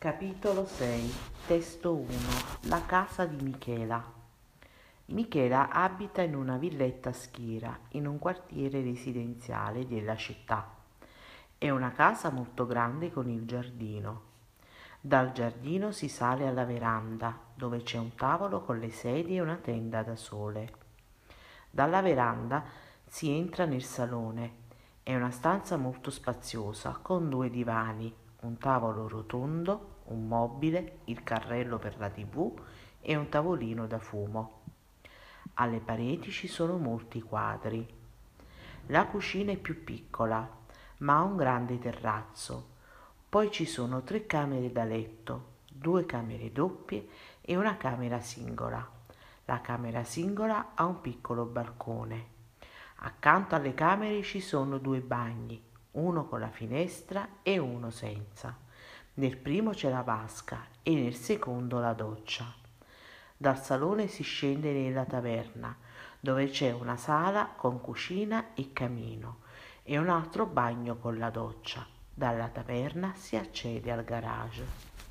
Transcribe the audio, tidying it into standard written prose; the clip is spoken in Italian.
Capitolo 6. Testo 1. La casa di Michela. Michela abita in una villetta a Schira, in un quartiere residenziale della città. È una casa molto grande con il giardino. Dal giardino si sale alla veranda, dove c'è un tavolo con le sedie e una tenda da sole. Dalla veranda si entra nel salone. È una stanza molto spaziosa, con due divani, un tavolo rotondo, un mobile, il carrello per la TV e un tavolino da fumo. Alle pareti ci sono molti quadri. La cucina è più piccola, ma ha un grande terrazzo. Poi ci sono 3 camere da letto, 2 camere doppie e una camera singola. La camera singola ha un piccolo balcone. Accanto alle camere ci sono 2 bagni, uno con la finestra e uno senza. Nel primo c'è la vasca e nel secondo la doccia. Dal salone si scende nella taverna, dove c'è una sala con cucina e camino e un altro bagno con la doccia. Dalla taverna si accede al garage.